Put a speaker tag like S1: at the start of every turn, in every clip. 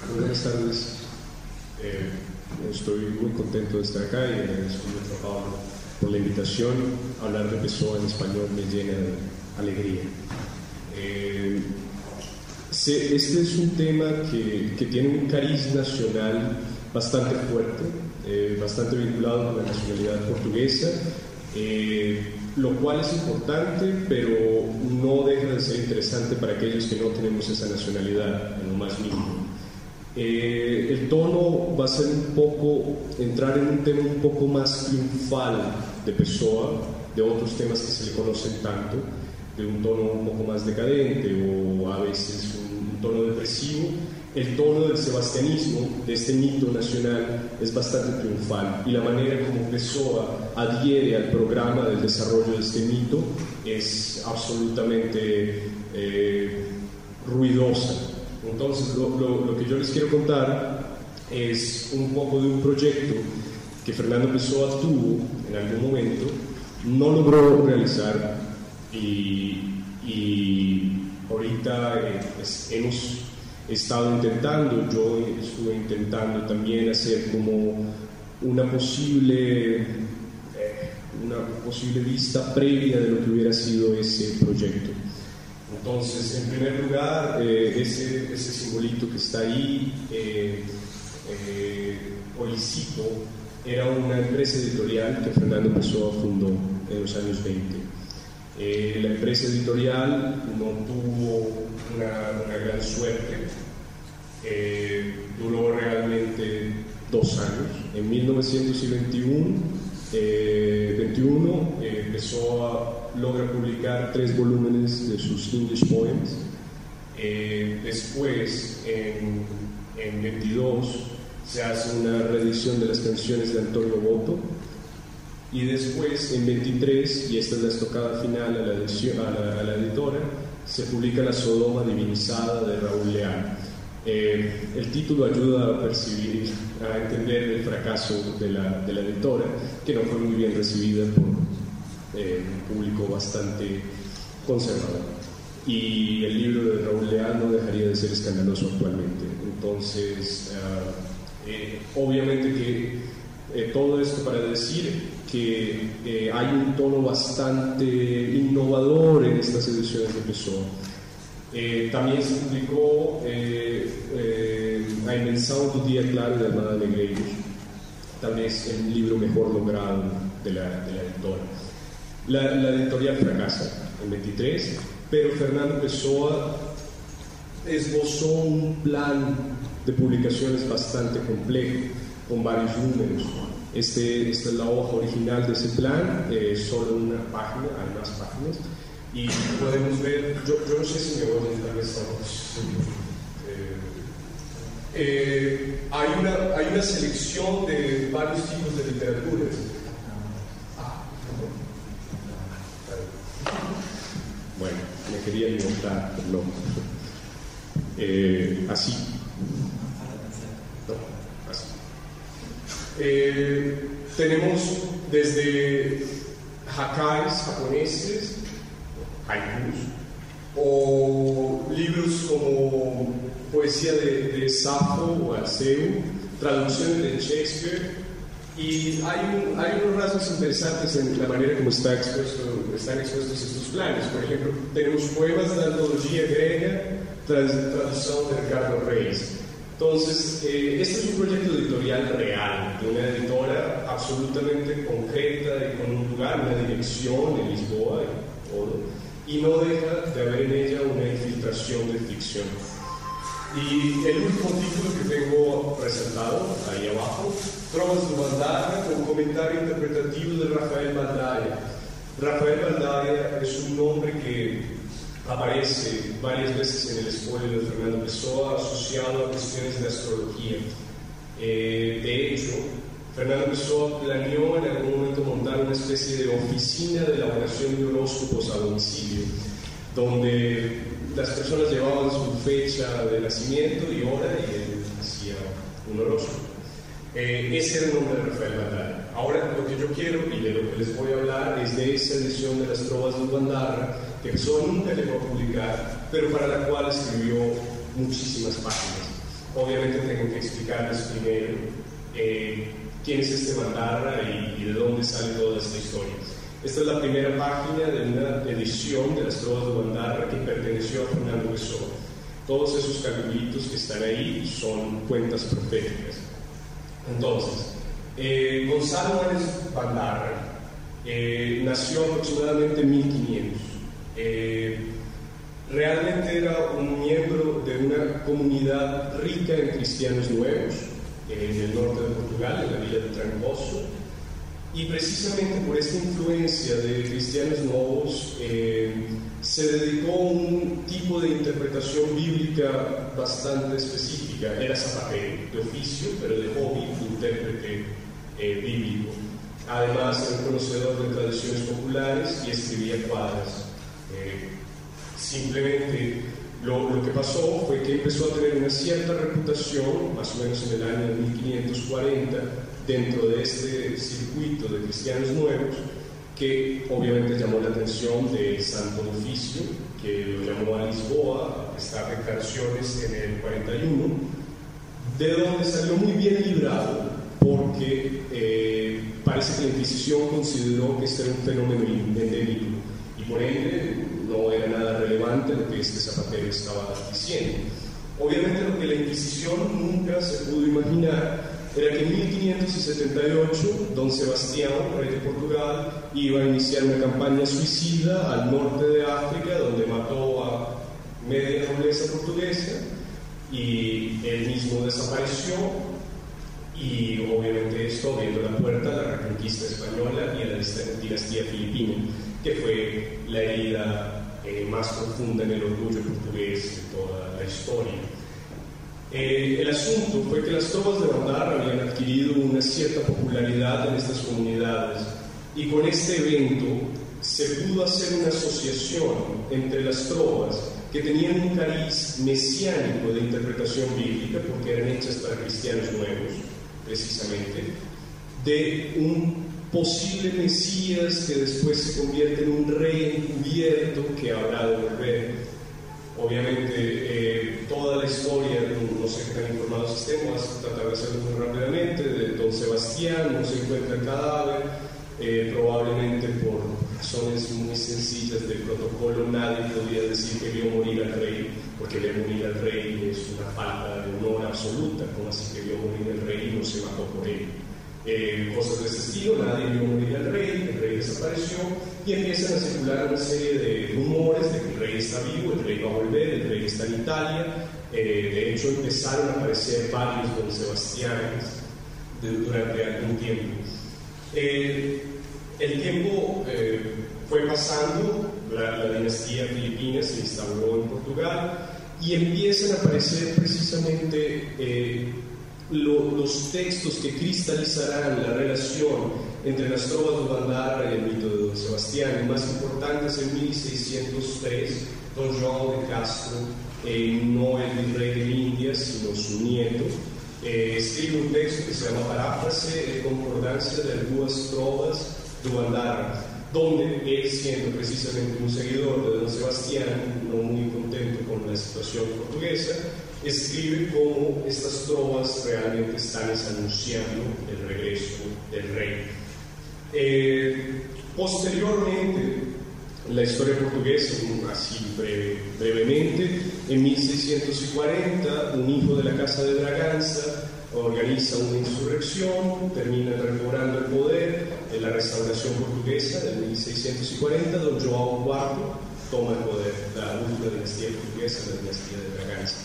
S1: Buenas tardes. Estoy muy contento de estar acá y agradezco mucho a Pablo por la invitación. Hablar de Pessoa en español me llena de alegría. Este es un tema que tiene un cariz nacional bastante fuerte, bastante vinculado con la nacionalidad portuguesa, lo cual es importante, pero no deja de ser interesante para aquellos que no tenemos esa nacionalidad en lo más mínimo. El tono va a ser un poco, entrar en un tema un poco más triunfal de Pessoa, de otros temas que se le conocen tanto, de un tono un poco más decadente o a veces un tono depresivo. El tono del sebastianismo, de este mito nacional, es bastante triunfal, y la manera como Pessoa adhiere al programa del desarrollo de este mito es absolutamente ruidosa. Entonces, lo que yo les quiero contar es un poco de un proyecto que Fernando Pessoa tuvo en algún momento, no logró realizar, y ahorita hemos estado intentando, yo estuve intentando también hacer como una posible vista previa de lo que hubiera sido ese proyecto. Entonces, en primer lugar, ese simbolito que está ahí, Olisipo, era una empresa editorial que Fernando Pessoa fundó en los años 20. La empresa editorial no tuvo una gran suerte, duró realmente 2 años. En 1921 Pessoa logra publicar 3 volúmenes de sus English Poems. Después, en 22, se hace una reedición de las canciones de Antonio Boto, y después, en 23, y esta es la estocada final a la editora, se publica La Sodoma Divinizada de Raúl Leal. El título ayuda a percibir, a entender el fracaso de la editora, que no fue muy bien recibida por un público bastante conservador. Y el libro de Raúl Leal no dejaría de ser escandaloso actualmente. Entonces, obviamente que todo esto para decir que hay un tono bastante innovador en estas ediciones de Pessoa. También se publicó A Invenção do Dia Claro de Almada Negreiros, tal vez el libro mejor logrado de la editora. La editorial fracasa en 23, pero Fernando Pessoa esbozó un plan de publicaciones bastante complejo, con varios números. Esta es la hoja original de ese plan, solo una página, hay más páginas, y podemos ver, yo no sé si me oyen, tal vez hay una selección de varios tipos de literaturas. Bueno, me quería inventar, no. Así. No, así. Tenemos desde hakais japoneses, haikus, o libros como poesía de Safo o Alceu, traducciones de Shakespeare, y hay unos rasgos interesantes en la manera como están expuestos estos planes. Por ejemplo, tenemos poemas de la antología griega, traducción de Ricardo Reis. Entonces, este es un proyecto editorial real, de una editora absolutamente concreta y con un lugar, una dirección en Lisboa y todo, y no deja de haber en ella una infiltración de ficción. Y el último título que tengo presentado, ahí abajo, Trovas do Bandarra, con comentario interpretativo de Rafael Baldaia. Rafael Baldaia es un nombre que aparece varias veces en el spoiler de Fernando Pessoa asociado a cuestiones de astrología. De hecho, Fernando Pessoa planeó en algún momento montar una especie de oficina de elaboración de horóscopos a domicilio, donde las personas llevaban su fecha de nacimiento y hora y él hacía un horóscopo. Ese era el nombre de Rafael Baldaia. Ahora, lo que yo quiero y de lo que les voy a hablar es de esa edición de las Trovas do Bandarra, que Pessoa nunca llegó a publicar, pero para la cual escribió muchísimas páginas. obviamente tengo que explicarles primero quién es este Bandarra y de dónde sale toda esta historia. Esta es la primera página de una edición de las Trovas de Bandarra que perteneció a Fernando Pessoa. Todos esos calculitos que están ahí son cuentas proféticas. Entonces, Gonzalo Álvarez Bandarra nació aproximadamente en 1500. Realmente era un miembro de una comunidad rica en cristianos nuevos en el norte de Portugal, en la villa de Trancoso, y precisamente por esta influencia de cristianos nuevos se dedicó a un tipo de interpretación bíblica bastante específica. Era zapatero de oficio, pero de hobby, intérprete bíblico. Además era un conocedor de tradiciones populares y escribía cuadras. Simplemente lo que pasó fue que empezó a tener una cierta reputación, más o menos en el año de 1540, dentro de este circuito de cristianos nuevos, que obviamente llamó la atención del santo de oficio, que lo llamó a Lisboa a prestar declaraciones en el 41, de donde salió muy bien librado, porque parece que la Inquisición consideró que este era un fenómeno endémico, y por ende no era nada relevante lo que este zapatero estaba diciendo. Obviamente lo que la Inquisición nunca se pudo imaginar era que en 1578 don Sebastián, rey de Portugal, iba a iniciar una campaña suicida al norte de África, donde mató a media nobleza portuguesa, y él mismo desapareció, y obviamente esto abriendo la puerta a la reconquista española y a la dinastía filipina, que fue la herida más profunda en el orgullo portugués de toda la historia. El asunto fue que las Trovas de Bandarra habían adquirido una cierta popularidad en estas comunidades, y con este evento se pudo hacer una asociación entre las trovas, que tenían un cariz mesiánico de interpretación bíblica, porque eran hechas para cristianos nuevos, precisamente, de un posible Mesías que después se convierte en un rey encubierto que habrá de volver. Obviamente, toda la historia, no sé qué tan informados estén, voy a tratar de hacerlo muy rápidamente. De don Sebastián no se encuentra el cadáver, probablemente por razones muy sencillas del protocolo nadie podía decir que vio morir al rey, porque ver morir al rey es una falta de honor absoluta. Como así que vio morir al rey y no se mató por él? Cosas de ese estilo, nadie vio morir al rey, el rey desapareció, y empiezan a circular una serie de rumores de que el rey está vivo, el rey va a volver, el rey está en Italia. De hecho empezaron a aparecer varios don Sebastiánes durante algún tiempo. El tiempo fue pasando, la dinastía filipina se instauró en Portugal, y empiezan a aparecer precisamente los textos que cristalizarán la relación entre las Trovas de Bandarra y el mito de don Sebastián. El más importante es en 1603, don João de Castro, no el virrey de India, sino su nieto, escribe un texto que se llama Paráfrase de Concordancia de algunas Trovas de Bandarra, donde él, siendo precisamente un seguidor de don Sebastián, no muy contento con la situación portuguesa, escribe cómo estas trovas realmente están anunciando el regreso del rey. Posteriormente, la historia portuguesa, así brevemente, en 1640, un hijo de la Casa de Braganza organiza una insurrección, termina recobrando el poder de la restauración portuguesa de 1640, don João IV toma el poder, la última dinastía portuguesa, la dinastía de Braganza.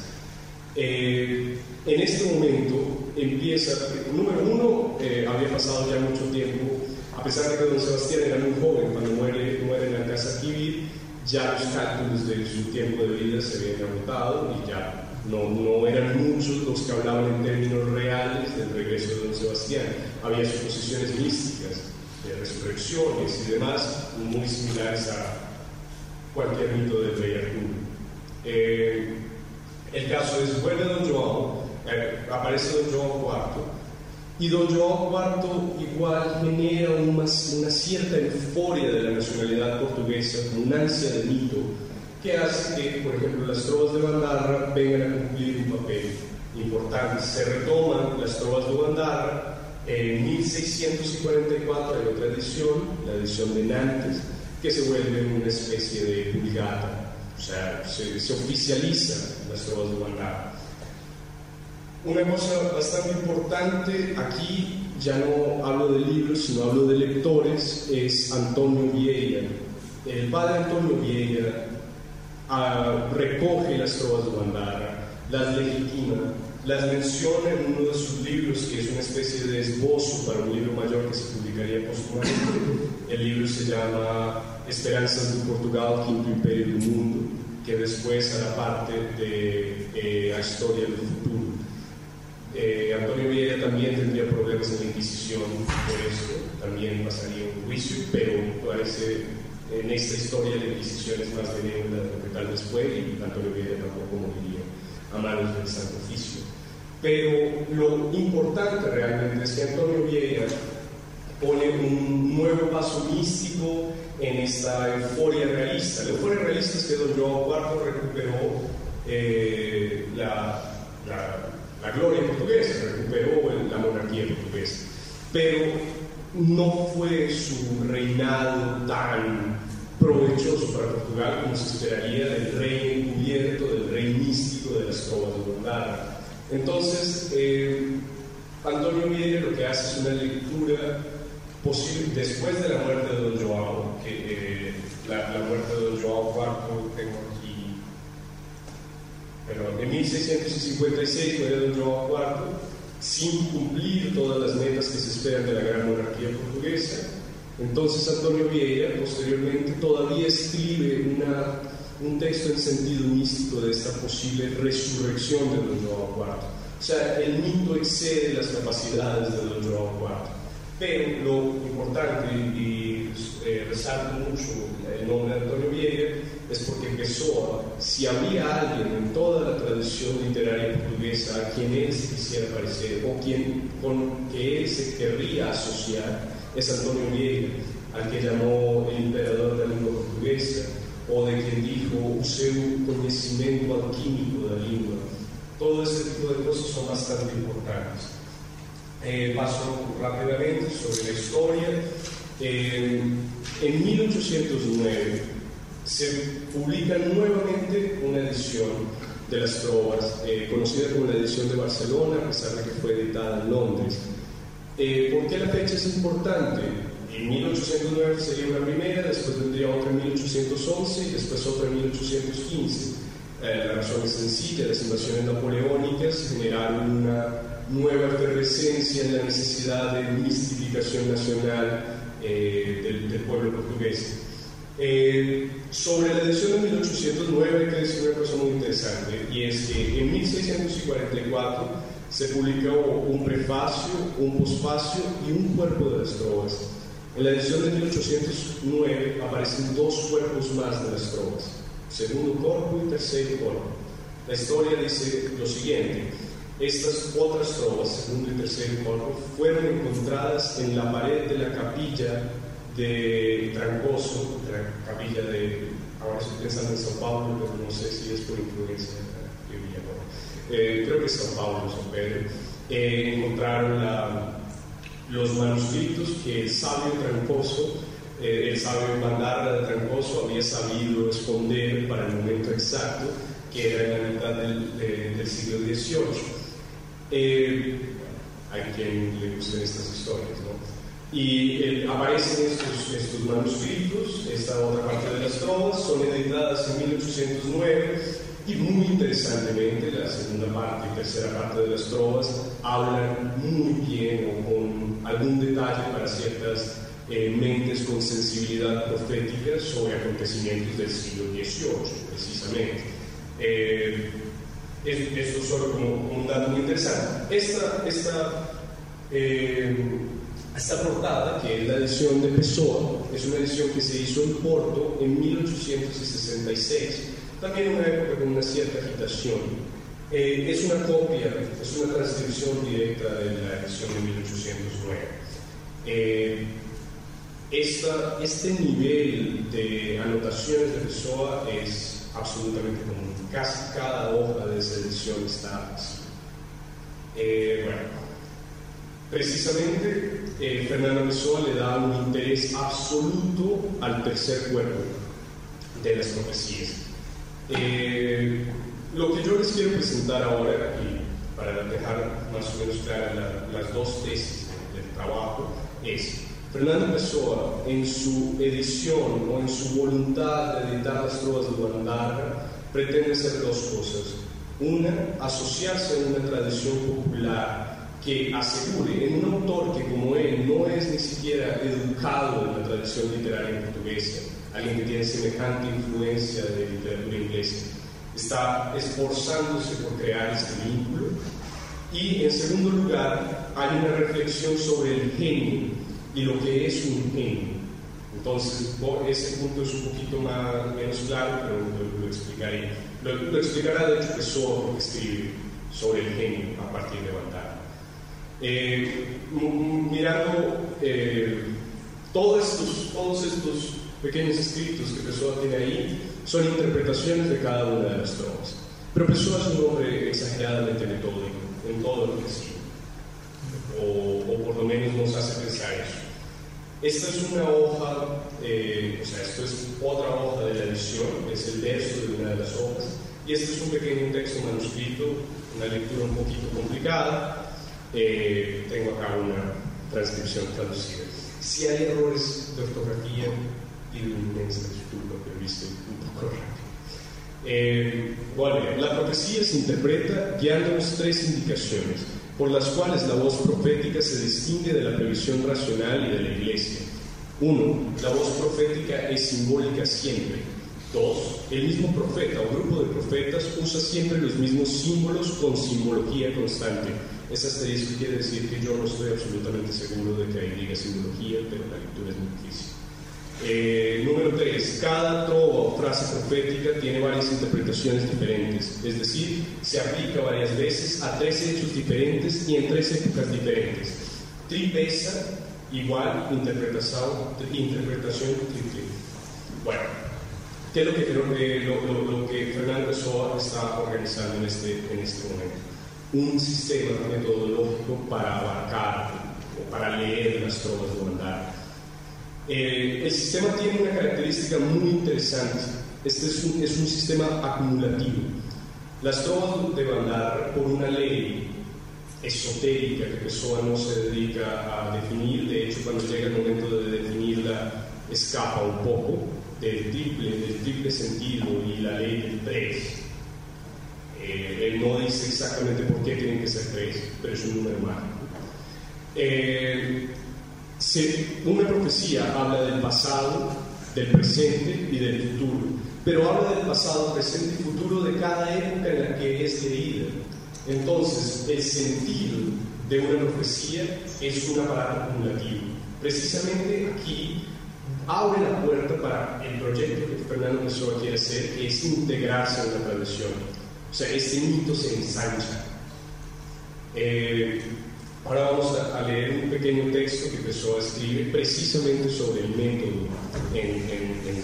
S1: En este momento empieza, número uno, había pasado ya mucho tiempo, a pesar de que don Sebastián era muy joven cuando muere en la casa civil, ya los cálculos de su tiempo de vida se habían agotado y ya no eran muchos los que hablaban en términos reales del regreso de don Sebastián. Había suposiciones místicas de resurrecciones y demás muy similares a cualquier mito del rey Arturo. El caso es, vuelve don João, aparece don João IV, y don João IV igual genera una cierta euforia de la nacionalidad portuguesa, una ansia de mito, que hace que, por ejemplo, las Trovas de Bandarra vengan a cumplir un papel importantes. Se retoman las trovas de Gandharra. En 1644 hay otra edición, la edición de Nantes, que se vuelve una especie de vulgata, o sea, se oficializan las trovas de Gandharra. Una cosa bastante importante, aquí ya no hablo de libros, sino hablo de lectores, es Antonio Vieira. El padre Antonio Vieira recoge las trovas de Gandharra, las legitima, las menciona en uno de sus libros, que es una especie de esbozo para un libro mayor que se publicaría póstumamente. El libro se llama Esperanzas de Portugal, Quinto Imperio del Mundo, que después hará parte de la historia del futuro. Antonio Vieira también tendría problemas en la Inquisición por esto, también pasaría un juicio, pero parece en esta historia la Inquisición es más benévola de lo que tal vez fue, y Antonio Vieira tampoco moriría a manos del Santo Oficio. Pero lo importante realmente es que Antonio Vieira pone un nuevo paso místico en esta euforia realista. La euforia realista es que don João IV recuperó la gloria portuguesa, recuperó la monarquía portuguesa, pero no fue su reinado tan provechoso para Portugal como se esperaría del rey encubierto, del rey místico de las trovas de Gandharra. Entonces, Antonio Vieira lo que hace es una lectura posible después de la muerte de don João, que la muerte de don João IV tengo aquí, pero en 1656 muere don João IV sin cumplir todas las metas que se esperan de la gran monarquía portuguesa. Entonces Antonio Vieira posteriormente todavía escribe un texto en sentido místico de esta posible resurrección de don João IV. O sea, el mito excede las capacidades de don João IV. Pero lo importante, y resalto mucho el nombre de Antonio Vieira, es porque Pessoa, si había alguien en toda la tradición literaria portuguesa a quien él se quisiera parecer o con que él se querría asociar, es Antonio Vieira, al que llamó el emperador de la lengua portuguesa, o de quien dijo o seu conhecimento alquímico da língua. Todo ese tipo de cosas son bastante importantes. Paso rápidamente sobre la historia. En 1809 se publica nuevamente una edición de las trovas, conocida como la edición de Barcelona, a pesar de que fue editada en Londres. ¿Por qué la fecha es importante? En 1809 sería una primera, después vendría otra en 1811 y después otra en 1815. La razón es sencilla: las invasiones napoleónicas generaron una nueva efervescencia en la necesidad de mistificación nacional del pueblo portugués. Sobre la edición de 1809 hay que decir una cosa muy interesante, y es que en 1644 se publicó un prefacio, un posfacio y un cuerpo de las trovas. En la edición de 1809 aparecen dos cuerpos más de las trovas, segundo cuerpo y tercer cuerpo. La historia dice lo siguiente: estas otras trovas, segundo y tercer cuerpo, fueron encontradas en la pared de la capilla de Trancoso, de la capilla de, ahora estoy pensando en São Paulo, pero no sé si es por influencia de Villa, creo que es São Paulo, São Pedro. Encontraron los manuscritos que el sabio Trancoso, el sabio Gandharra de Trancoso, había sabido esconder para el momento exacto, que era en la mitad del siglo XVIII. Hay quien le gusten estas historias, ¿no? Y aparecen estos manuscritos, esta otra parte de las trovas, son editadas en 1809, y muy interesantemente la segunda parte y tercera parte de las trovas hablan muy bien o con algún detalle para ciertas mentes con sensibilidad profética sobre acontecimientos del siglo XVIII, precisamente. Esto solo como un dato muy interesante. Esta portada, que es la edición de Pessoa, es una edición que se hizo en Porto en 1866, también en una época con una cierta agitación. Es una copia, es una transcripción directa de la edición de 1809. Este nivel de anotaciones de Pessoa es absolutamente común. Casi cada hoja de esa edición está así. Bueno, precisamente Fernando Pessoa le da un interés absoluto al tercer cuerpo de las profecías. Lo que yo les quiero presentar ahora, y para dejar más o menos claras las dos tesis del trabajo, es Fernando Pessoa, en su edición o en su voluntad de editar las trovas de Gandharva, pretende hacer dos cosas. Una, asociarse a una tradición popular que asegure en un autor que, como él, no es ni siquiera educado en la tradición literaria portuguesa, alguien que tiene semejante influencia de literatura inglesa, está esforzándose por crear este vínculo. Y en segundo lugar, hay una reflexión sobre el genio y lo que es un genio. Entonces, ese punto es un poquito menos claro, pero lo explicaré. Lo explicará de hecho Pessoa, porque escribe sobre el genio a partir de Gandharva. Mirando todos estos pequeños escritos que Pessoa tiene ahí, son interpretaciones de cada una de las trovas. Pero Pessoa es un hombre exageradamente metódico en todo lo que escribe, o por lo menos nos hace pensar eso. Esta es una hoja, esto es otra hoja de la edición, es el verso de una de las hojas, y este es un pequeño texto manuscrito, una lectura un poquito complicada. Tengo acá una transcripción traducida. Si hay errores de ortografía, pido inmensa disculpa, pero viste un poco rápido. Bueno, la profecía se interpreta guiándonos tres indicaciones, por las cuales la voz profética se distingue de la previsión racional y de la Iglesia. 1. La voz profética es simbólica siempre. 2. El mismo profeta o grupo de profetas usa siempre los mismos símbolos con simbología constante. Ese asterisco quiere decir que yo no estoy absolutamente seguro de que ahí diga simbología, pero la lectura es muy difícil. Número 3. Cada trova o frase profética tiene varias interpretaciones diferentes, es decir, se aplica varias veces a 3 hechos diferentes y en 3 épocas diferentes. Tripesa igual interpretación triple. Bueno, ¿qué es lo que Fernando Pessoa está organizando en este momento? Un sistema metodológico para abarcar o para leer las trovas de Gandharva. El sistema tiene una característica muy interesante. Este es un sistema acumulativo. Las trovas de Gandharva, por una ley esotérica que Pessoa no se dedica a definir, de hecho cuando llega el momento de definirla escapa un poco del triple sentido y la ley del 3. Él no dice exactamente por qué tienen que ser 3, pero es un número mágico. Una profecía habla del pasado, del presente y del futuro, pero habla del pasado, presente y futuro de cada época en la que es leída. Entonces, el sentido de una profecía es un aparato acumulativo. Precisamente aquí abre la puerta para el proyecto que Fernando Pessoa quiere hacer, que es integrarse en la tradición. O sea, este mito se ensancha. Ahora vamos a leer un pequeño texto que Pessoa escribe precisamente sobre el método en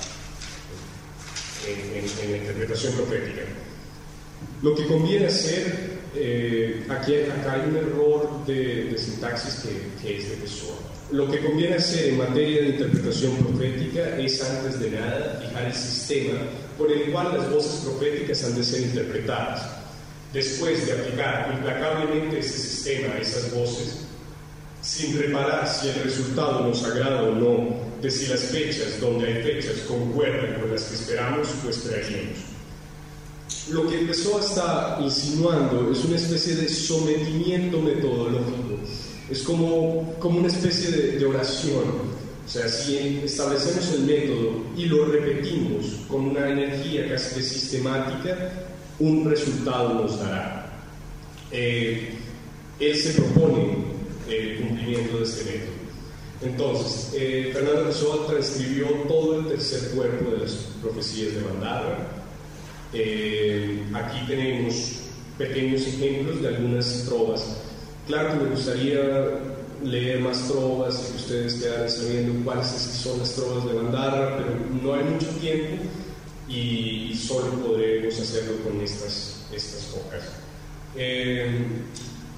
S1: la interpretación profética. Lo que conviene hacer, acá hay un error de sintaxis que es de Pessoa. Lo que conviene hacer en materia de interpretación profética es, antes de nada, fijar el sistema por el cual las voces proféticas han de ser interpretadas. Después de aplicar implacablemente ese sistema a esas voces, sin reparar si el resultado nos agrada o no, de si las fechas, donde hay fechas, concuerdan con las que esperamos o esperaríamos. Lo que Pessoa está insinuando es una especie de sometimiento metodológico. Es como una especie de oración. O sea, si establecemos el método y lo repetimos con una energía casi sistemática, un resultado nos dará. Él se propone el cumplimiento de este método. Entonces, Fernando Pessoa transcribió todo el tercer cuerpo de las profecías de Gandharva. Aquí tenemos pequeños ejemplos de algunas trovas. Claro que me gustaría leer más trovas y que ustedes quedaran sabiendo cuáles son las trovas de Gandharva, pero no hay mucho tiempo y solo podremos hacerlo con estas hojas.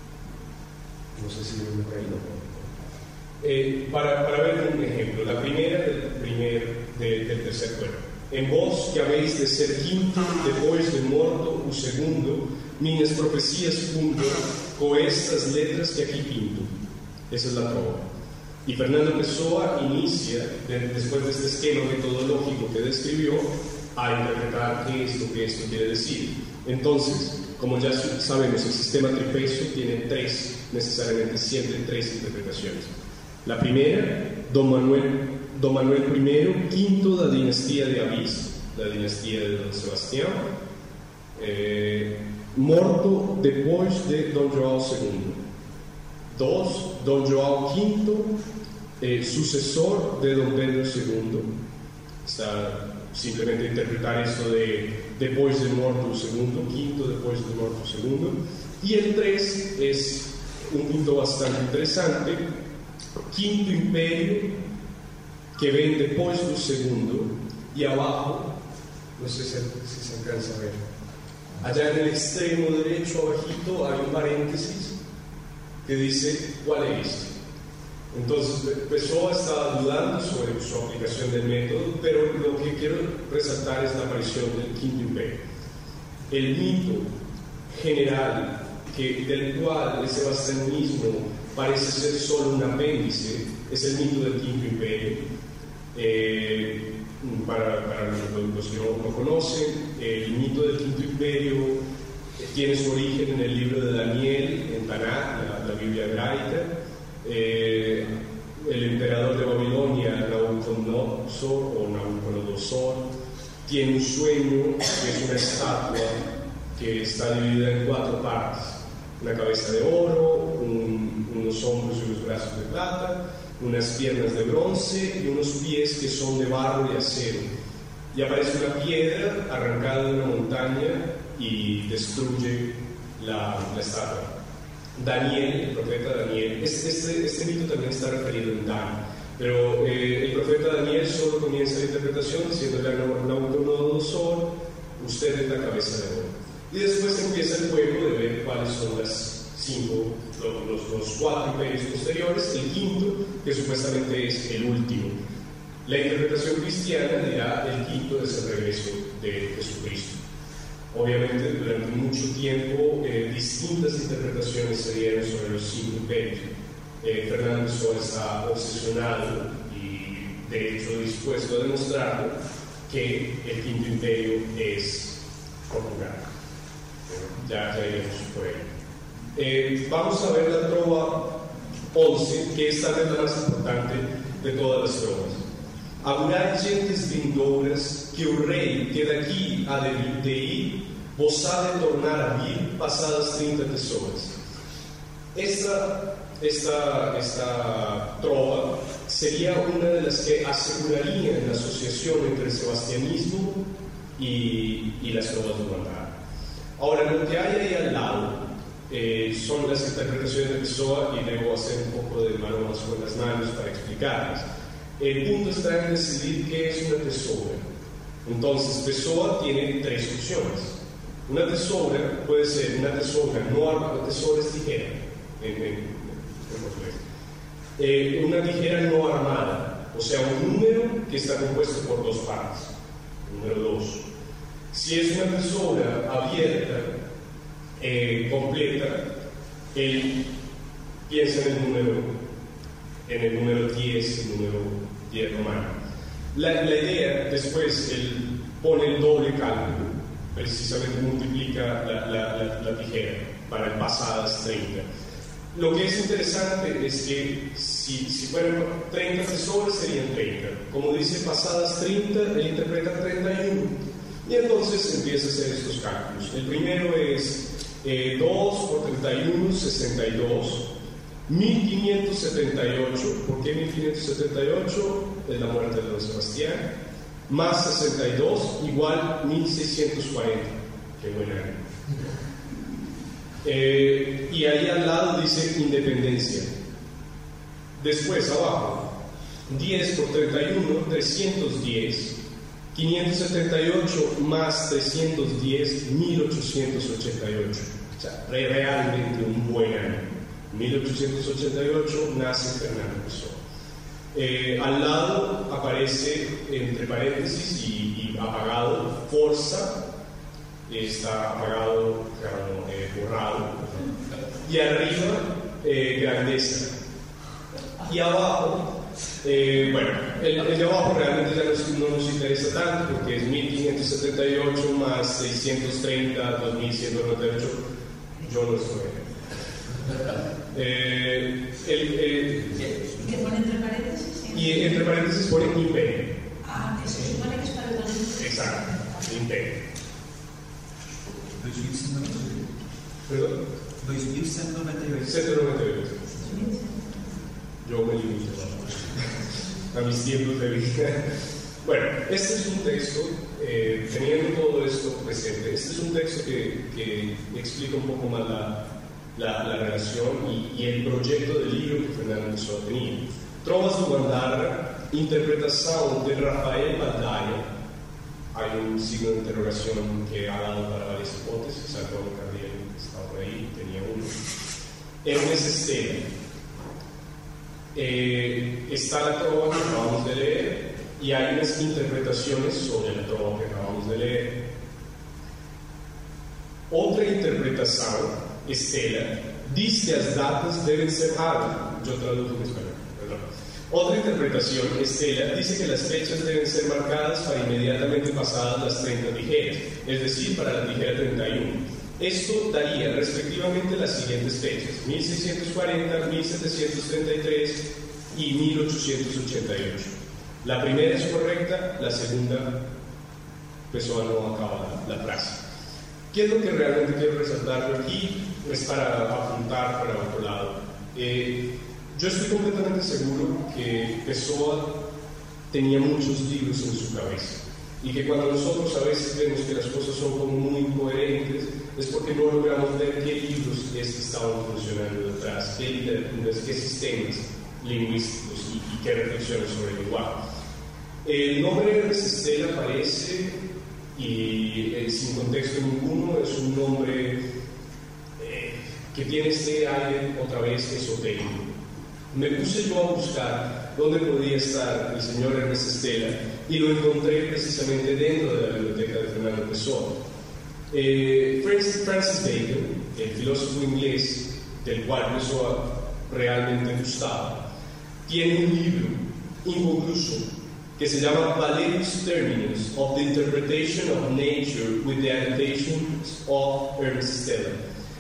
S1: No sé si lo por ahí no. Para ver un ejemplo, la primera del tercer cuerpo. En vos que habéis de ser quinto, depois de morto o segundo, minhas profecías punto, con estas letras que aquí pinto. Esa es la trova. Y Fernando Pessoa inicia, después de este esquema metodológico que describió, a interpretar qué esto quiere decir. Entonces, como ya sabemos, el sistema tripecio tiene necesariamente siempre tres interpretaciones. La primera, Don Manuel I, quinto da dinastía de Avís, la dinastía de Don Sebastián, morto depois de Don João II. Dos, Don João V, sucesor de Don Pedro II. Está simplemente interpretar eso de depois de morto segundo, quinto depois de morto segundo. Y el 3 es un punto bastante interesante, quinto imperio que ven depois do segundo, y abajo, no sé si se alcanza a ver, allá en el extremo derecho abajito hay un paréntesis que dice cuál es. Entonces Pessoa estaba dudando sobre su aplicación del método, pero lo que quiero resaltar es la aparición del quinto imperio. El mito general del cual el sebastianismo parece ser solo un apéndice es el mito del quinto imperio. Para los que no conocen, el mito del quinto imperio tiene su origen en el libro de Daniel, en Tanakh, la Biblia hebraica. El emperador de Babilonia, Nabucodonosor, tiene un sueño que es una estatua que está dividida en 4 partes: una cabeza de oro, unos hombros y unos brazos de plata, unas piernas de bronce y unos pies que son de barro y acero. Y aparece una piedra arrancada de una montaña y destruye la estatua. Daniel, el profeta Daniel, este mito también está referido en Dan, pero el profeta Daniel solo comienza la interpretación diciéndole a Nabucodonosor: usted es la cabeza de oro. Y después empieza el juego de ver cuáles son los 4 imperios posteriores, el quinto, que supuestamente es el último. La interpretación cristiana dirá el quinto es el regreso de Jesucristo. Obviamente, durante mucho tiempo, distintas interpretaciones se dieron sobre los 5 imperios. Fernando Pessoa está obsesionado y, de hecho, dispuesto a demostrarlo que el quinto imperio es Portugal. Ya iremos por ello. Vamos a ver la trova 11, que esta es la más importante de todas las trovas. Habrá gentes vindouras que o rei que daqui há de ir, vos ha de tornar a vir pasadas 30 tesoras. Esta trova sería una de las que aseguraría la asociación entre el sebastianismo y las trovas de Guadalajara. Ahora, lo que hay ahí al lado son las interpretaciones de Pessoa, y debo hacer un poco de maromas con las manos para explicarlas. El punto está en decidir qué es una tesoura. Entonces, Pessoa tiene 3 opciones. Una tesoura puede ser una tesoura no armada, tesoura es tijera en portugués. Una tijera no armada, o sea, un número que está compuesto por 2 partes. Número 2. Si es una tesoura abierta, completa, él piensa en el número 10, el número 10 romano. La idea, después, él pone el doble cálculo, precisamente multiplica la tijera para el pasadas 30. Lo que es interesante es que si fueran 30 tesoras serían 30. Como dice pasadas 30, él interpreta 31. Y entonces empieza a hacer estos cálculos. El primero es 2 por 31, 62. 1578, ¿por qué 1578? Es la muerte de Don Sebastián, más 62 igual 1640. Qué buen año. Y ahí al lado dice independencia. Después abajo, 10 por 31, 310. 578 más 310, 1888. O sea, realmente un buen año. 1888 nace Fernando Pessoa. Al lado aparece, entre paréntesis y apagado, Forza, está apagado, borrado, y arriba, Grandeza. Y abajo, bueno, el de abajo realmente ya no nos interesa tanto porque es 1578 más 630, 2198, yo no estoy.
S2: ¿Qué pone entre paréntesis?
S1: Y entre paréntesis pone imperio.
S2: Ah, que se supone que es para el dominio.
S1: Exacto, imperio.
S3: 2198.
S1: ¿Perdón?
S3: 2198.
S1: 798. Yo me limito a mis tiempos de vida. Bueno, este es un texto, teniendo todo esto presente, este es un texto que explica un poco más la relación y el progetto del libro che Fernando Pessoa tenía. Trova su Guandarra, interpretación de Rafael Baldaia. Hay un signo de interrogación que ha dado para varias hipótesis. Antonio Cardiel estaba por ahí, tenía uno. Ernest Estela. Está la trova que acabamos de leer y hay unas interpretaciones sobre la trova que acabamos de leer. Otra interpretación, Estela, dice que las datas deben ser yo traduzco en español, perdón. Otra interpretación, Estela, dice que las fechas deben ser marcadas para inmediatamente pasadas las 30 tijeras, es decir, para la tijera 31. Esto daría respectivamente las siguientes fechas: 1640, 1733 y 1888. La primera es correcta, la segunda, Pessoa no acaba la frase. ¿Qué es lo que realmente quiero resaltar aquí? Es para apuntar para otro lado. Yo estoy completamente seguro que Pessoa tenía muchos libros en su cabeza y que cuando nosotros a veces vemos que las cosas son como muy incoherentes es porque no logramos ver qué libros es que estaban funcionando detrás, qué literaturas, qué sistemas lingüísticos y qué reflexiones sobre el lenguaje. El nombre de Ernest Estela aparece y sin contexto ninguno es un nombre que tiene este aire otra vez esotérico. Me puse yo a buscar dónde podía estar el señor Ernest Estela y lo encontré precisamente dentro de la biblioteca de Fernando Pessoa. Francis Bacon, el filósofo inglés del cual Pessoa realmente gustaba, tiene un libro inconcluso que se llama Valerius Terminus of the Interpretation of Nature with the Annotations of Ernest Estela.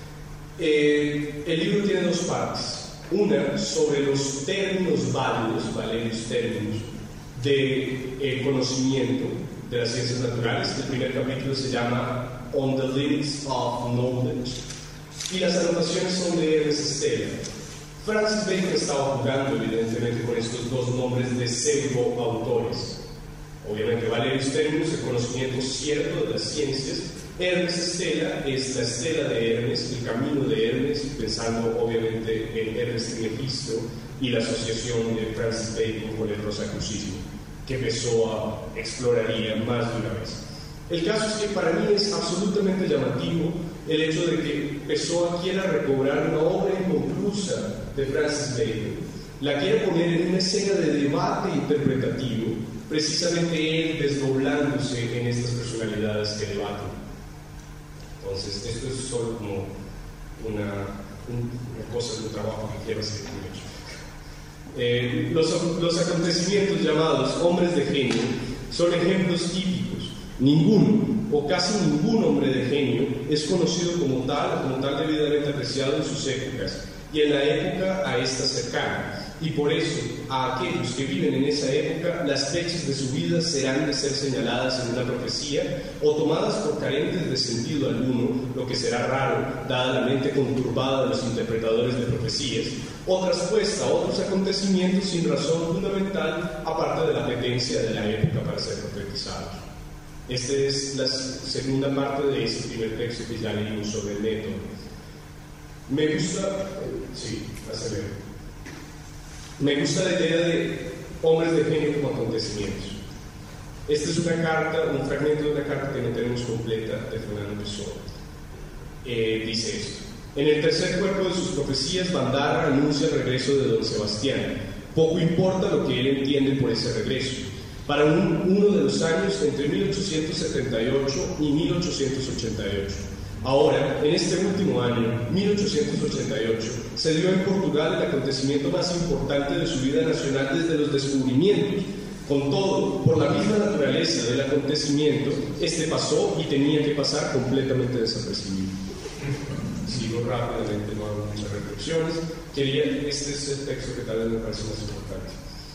S1: El libro tiene dos partes. Una sobre los términos válidos, Valerius Terminus, de conocimiento de las ciencias naturales. El primer capítulo se llama On the Limits of Knowledge y las anotaciones son de Ernest Estela. Francis Bacon estaba jugando evidentemente con estos dos nombres de pseudo-autores. Obviamente Valerius Terminus, el conocimiento cierto de las ciencias. Ernest Estela es la estela de Ernest, el camino de Ernest, pensando obviamente en Ernest Trismegisto y la asociación de Francis Bacon con el rosacrucismo, que Pessoa exploraría más de una vez. El caso es que para mí es absolutamente llamativo el hecho de que Pessoa quiera recobrar una obra inconclusa de Francis Bacon, la quiere poner en una escena de debate interpretativo, precisamente él desdoblándose en estas personalidades que debaten. Entonces, esto es solo como una cosa de un trabajo que quiero hacer mucho. Los acontecimientos llamados hombres de genio son ejemplos típicos. Ninguno o casi ningún hombre de genio es conocido como tal debidamente apreciado en sus épocas y en la época a esta cercana. Y por eso, a aquellos que viven en esa época, las fechas de su vida serán de ser señaladas en una profecía o tomadas por carentes de sentido alguno, lo que será raro, dada la mente conturbada de los interpretadores de profecías, o traspuesta a otros acontecimientos sin razón fundamental, aparte de la apetencia de la época para ser profetizados. Esta es la segunda parte de ese primer texto que ya leímos sobre el método. Me gusta, me gusta la idea de hombres de genio como acontecimientos. Esta es una carta, un fragmento de una carta que no tenemos completa de Fernando Pessoa. Dice esto: En el tercer cuerpo de sus profecías, Bandarra anuncia el regreso de don Sebastián. Poco importa lo que él entiende por ese regreso. Para uno de los años entre 1878 y 1888. Ahora, en este último año, 1888, se dio en Portugal el acontecimiento más importante de su vida nacional desde los descubrimientos. Con todo, por la misma naturaleza del acontecimiento, este pasó y tenía que pasar completamente desapercibido. Sigo rápidamente, no hago muchas reflexiones. Este es el texto que tal vez me parece más importante.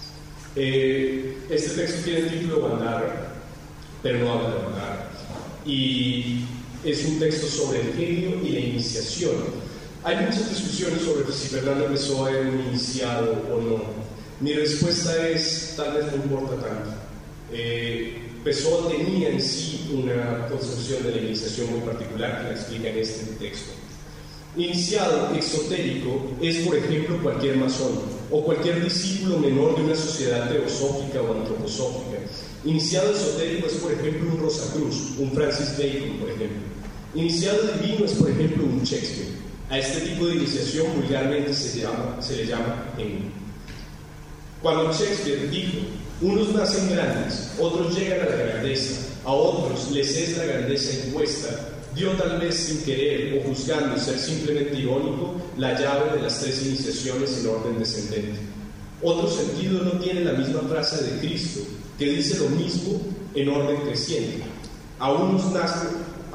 S1: Este texto tiene el título Bandarra, pero no habla de Bandarra. Y es un texto sobre el genio y la iniciación. Hay muchas discusiones sobre si Fernando Pessoa era un iniciado o no. Mi respuesta es, tal vez no importa tanto. Pessoa tenía en sí una concepción de la iniciación muy particular que la explica en este texto. Iniciado exotérico es, por ejemplo, cualquier masón o cualquier discípulo menor de una sociedad teosófica o antroposófica. Iniciado esotérico es, por ejemplo, un Rosacruz, un Francis Bacon, por ejemplo. Iniciado divino es, por ejemplo, un Shakespeare. A este tipo de iniciación vulgarmente se le llama genio. Cuando Shakespeare dijo, unos nacen grandes, otros llegan a la grandeza, a otros les es la grandeza impuesta, dio tal vez sin querer o juzgando ser simplemente irónico la llave de las tres iniciaciones en orden descendente. Otro sentido no tiene la misma frase de Cristo, que dice lo mismo en orden creciente. Unos nacen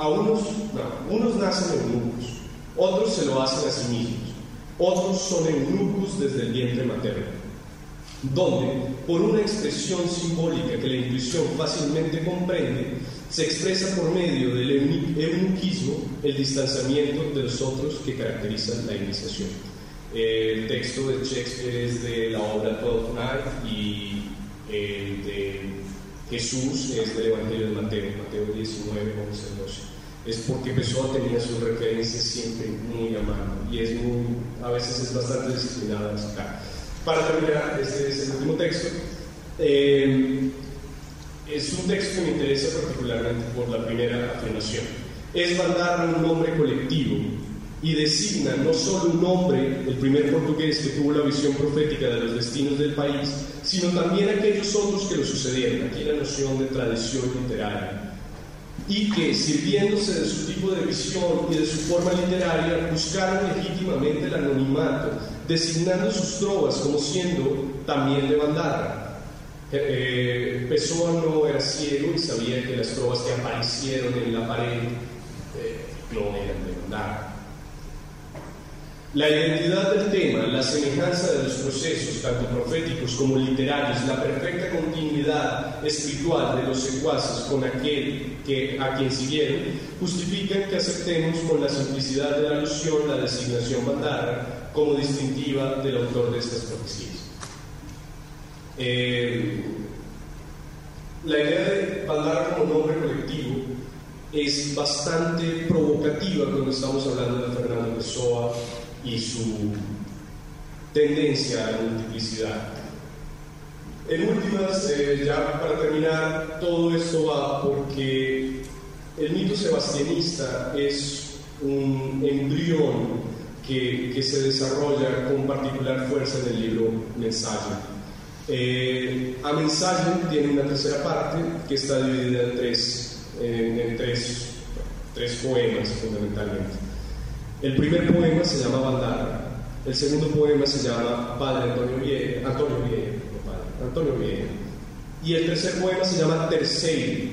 S1: eunucos, otros se lo hacen a sí mismos, otros son eunucos desde el vientre materno, donde, por una expresión simbólica que la intuición fácilmente comprende, se expresa por medio del eunuquismo el distanciamiento de los otros que caracterizan la iniciación. El texto de Shakespeare es de la obra Twelfth Night y el de Jesús es del Evangelio de Mateo, Mateo 19, 11, 12. Es porque Pessoa tenía sus referencias siempre muy a mano y a veces es bastante disciplinada a sacar. Para terminar, este es el último texto. Es un texto que me interesa particularmente por la primera afirmación. Es Bandarra un nombre colectivo y designa no solo un hombre, el primer portugués que tuvo la visión profética de los destinos del país, sino también aquellos otros que lo sucedieron. Aquí la noción de tradición literaria. Y que, sirviéndose de su tipo de visión y de su forma literaria, buscaron legítimamente el anonimato, designando sus trovas como siendo también de Bandarra. Pessoa no era ciego y sabía que las trovas que aparecieron en la pared no eran de Bandarra. La identidad del tema, la semejanza de los procesos, tanto proféticos como literarios, la perfecta continuidad espiritual de los secuaces con aquel a quien siguieron, justifican que aceptemos con la simplicidad de la alusión la designación Bandarra como distintiva del autor de estas profecías. La idea de Bandarra como nombre colectivo es bastante provocativa cuando estamos hablando de Fernando Pessoa y su tendencia a la multiplicidad. En últimas, ya para terminar, todo esto va porque el mito sebastianista es un embrión que se desarrolla con particular fuerza en el libro Mensaje. A Mensaje tiene una tercera parte que está dividida en tres poemas fundamentalmente. El primer poema se llama Bandarra, el segundo poema se llama Padre Antonio Vieira, y el tercer poema se llama Terceiro.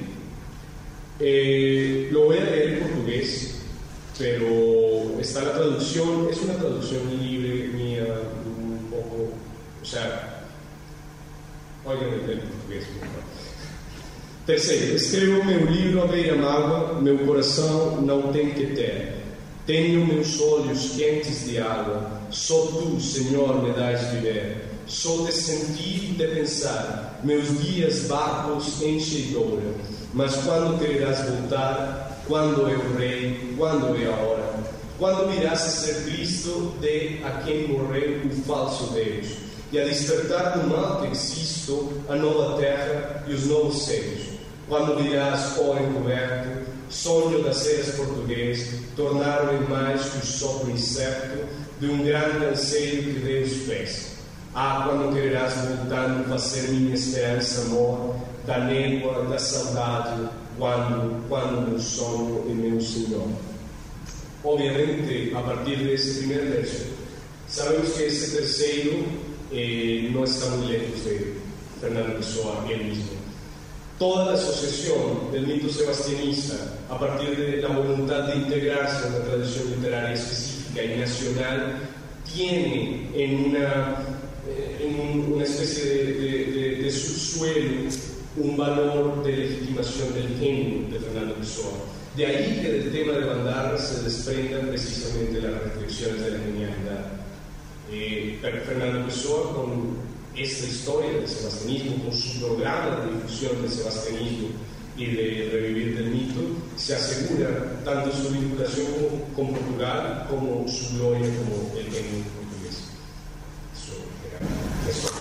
S1: Lo voy a leer en portugués, pero está la traducción, es una traducción libre mía, un poco, o sea, oigan el portugués, por favor. Terceiro, escrevo meu livro à beira-mágua, meu coração não tem que ter. Tenho meus olhos quentes de água, só tu, Senhor, me dás viver. Só de sentir e de pensar, meus dias barcos enchem de ouro. Mas quando quererás voltar, quando é o Rei, quando é a hora? Quando virás a ser Cristo, de a quem morreu o falso Deus, e a despertar do mal que existo a nova terra e os novos céus? Quando dirás, ó encoberto, sonho de seres português, tornaram em mais que o sopro incerto de grande anseio que Deus fez. Quando quererás voltando fazer minha esperança amor, da névoa, da saudade, quando meu sonho e meu Senhor. Obviamente, a partir desse primeiro verso, sabemos que esse terceiro não está muito lejos de Fernando Pessoa él mismo. Toda la asociación del mito sebastianista, a partir de la voluntad de integrarse en una tradición literaria específica y nacional, tiene en una especie de subsuelo un valor de legitimación del genio de Fernando Pessoa. De ahí que del tema de Bandarra se desprendan precisamente las reflexiones de la genialidad. Fernando Pessoa, con esta historia del sebastianismo, con su programa de difusión del sebastianismo y de revivir del mito, se asegura tanto su vinculación con Portugal como su gloria como el genio portugués. Eso era eso.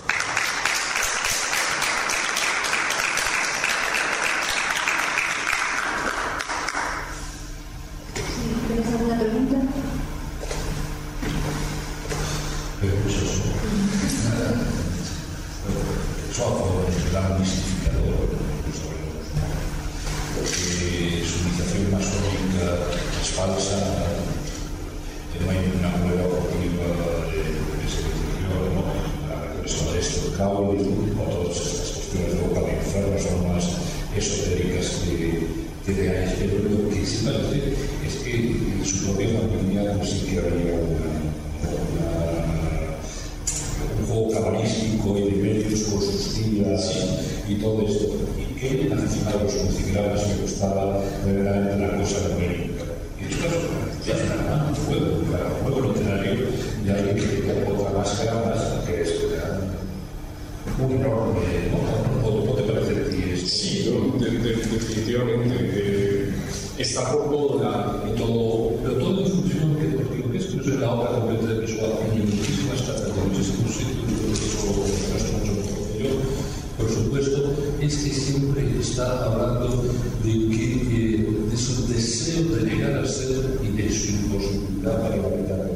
S2: ¿Tienes alguna pregunta?
S4: Soy el gran mistificador porque su iniciación masónica es falsa, no hay una prueba objetiva de ese interior, la regresión de esto, el cabo y todas estas cuestiones de boca de infierno son más esotéricas que reales, pero lo que sí parece es que en su propia familia sí que había un juego cabalístico y de medios con sus tías y todo esto. Y él anticipaba los crucigramas y le gustaba verdaderamente la cosa numérica. Y esto es un juego literario de alguien que tiene otra máscara más que es un enorme. ¿No te parece a ti esto?
S1: Sí, ¿no? Definitivamente está por todo lado.
S4: Pero todo en función de lo que esto es la obra completa de Pessoa, tiene muchísimas cartas de muchísimos sitios, eso gastó mucho mejor que yo. Por supuesto, es que siempre está hablando de su deseo de llegar a ser y de su imposibilidad para evitar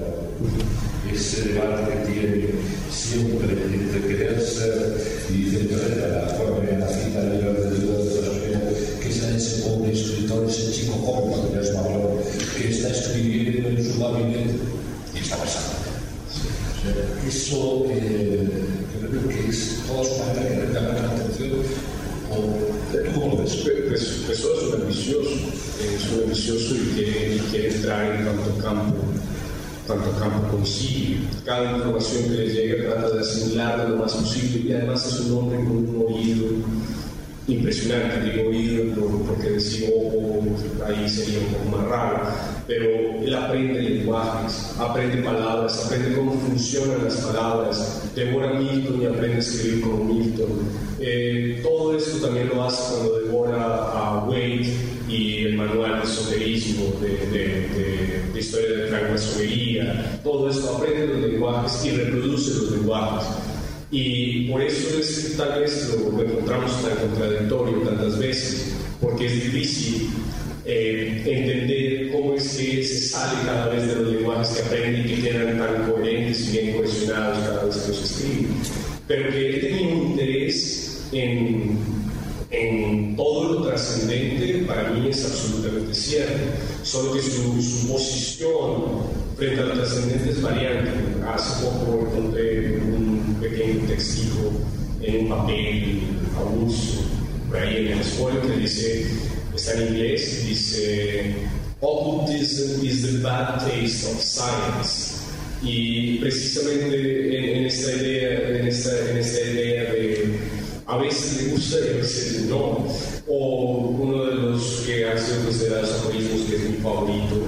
S4: ese debate que tiene siempre entre querer ser y defender a la forma de la cita libre de Dios de la sociedad, que es ese pobre escritor, ese chico joven cuando ya es mayor, que está escribiendo en su gabinete y está pasando. Eso creo que es toda su manera que reclama la atención. ¿Tú cómo lo ves?
S1: Pessoa es un ambicioso y quiere entrar en tanto campo consigue. Cada información que le llega trata de asimilarla lo más posible y además es un hombre con un oído impresionante. Digo oído porque decir ojo ahí sería un poco más raro, pero él aprende lenguajes, aprende palabras, aprende cómo funcionan las palabras, devora Milton y aprende a escribir como Milton. Todo esto también lo hace cuando devora a Wade y el manual de esoterismo, de historia de francmasonería. Todo esto aprende los lenguajes y reproduce los lenguajes. Y por eso es tal vez lo encontramos tan contradictorio tantas veces, porque es difícil entender cómo es que se sale cada vez de los lenguajes que aprende y que quedan tan coherentes y bien cohesionados cada vez que los escribe. Pero que él tenía un interés en todo lo trascendente, para mí es absolutamente cierto, solo que su posición frente a lo trascendente es variante. Hace poco encontré un pequeño textico en un papel famoso por ahí en el escuela que dice, está en inglés, dice occultism is the bad taste of science. Y precisamente en esta idea de a veces le gusta y a veces no, o uno de los que han sido considerados aforismos que es mi favorito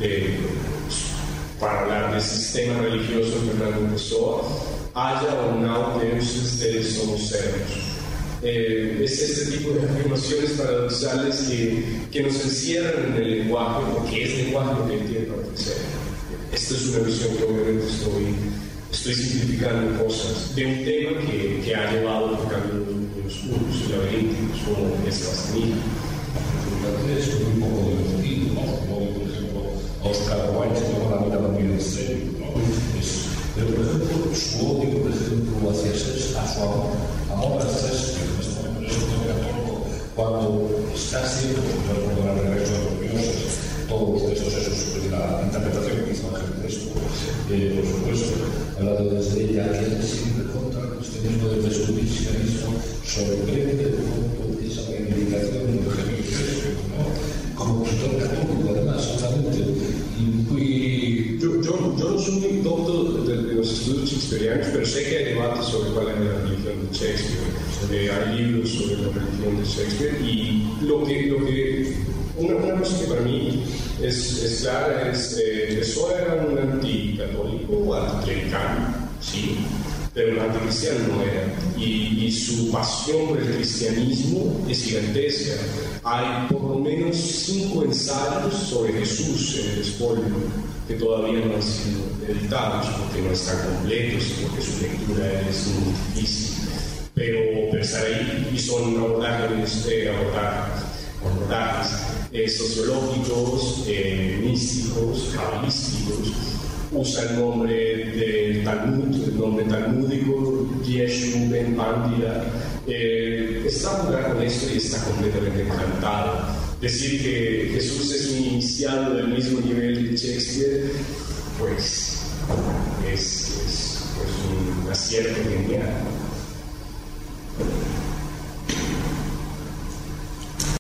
S1: para hablar del sistema religioso de Fernando Pessoa, haya o no deuses deles somos servos. Es este tipo de afirmaciones paradoxales que nos encierran en el lenguaje, porque es lenguaje lo que él tiene para ofrecer. Esta es una visión que obviamente estoy simplificando cosas de un tema que ha llevado por caminos oscuros y laberínticos, como es la sanidad.
S4: Es un poco divertido, ¿no? Como, por ejemplo, a Oscar Wilde se toma la vida muy en serio, ¿no? Pero, por ejemplo, su odio, por ejemplo, hacia Shakespeare, ahora Shakespeare, en este momento es un tema católico, cuando está haciendo, por ejemplo, el regreso de los dioses, todos los textos esos, la interpretación que hizo Ángel Crespo, por supuesto, hablando desde ella, que él siempre contra el cristianismo desde su cristianismo, sorprende el punto de esa reivindicación de Eugenio Shakespeare, ¿no? Como escritor católico, además, solamente.
S1: Yo no soy muy doctor de los estudios shakespearianos, pero sé que hay debates sobre cuál es la religión de Shakespeare. Hay libros sobre la religión de Shakespeare y una cosa que para mí es clara es Pessoa era un anticatólico, anticlericano, sí, pero un anticristiano no era. Y su pasión por el cristianismo es gigantesca. Hay por lo menos 5 ensayos sobre Jesús en el espolio que todavía no han sido editados porque no están completos y porque su lectura es muy difícil. Pero están ahí y son abordajes sociológicos, místicos, cabalísticos. Usa el nombre del Talmud, el nombre talmúdico, Yeshu Ben Pandira. Está jugando con esto y está completamente encantado. Decir que Jesús es un iniciado del mismo nivel de Shakespeare, pues es un acierto genial.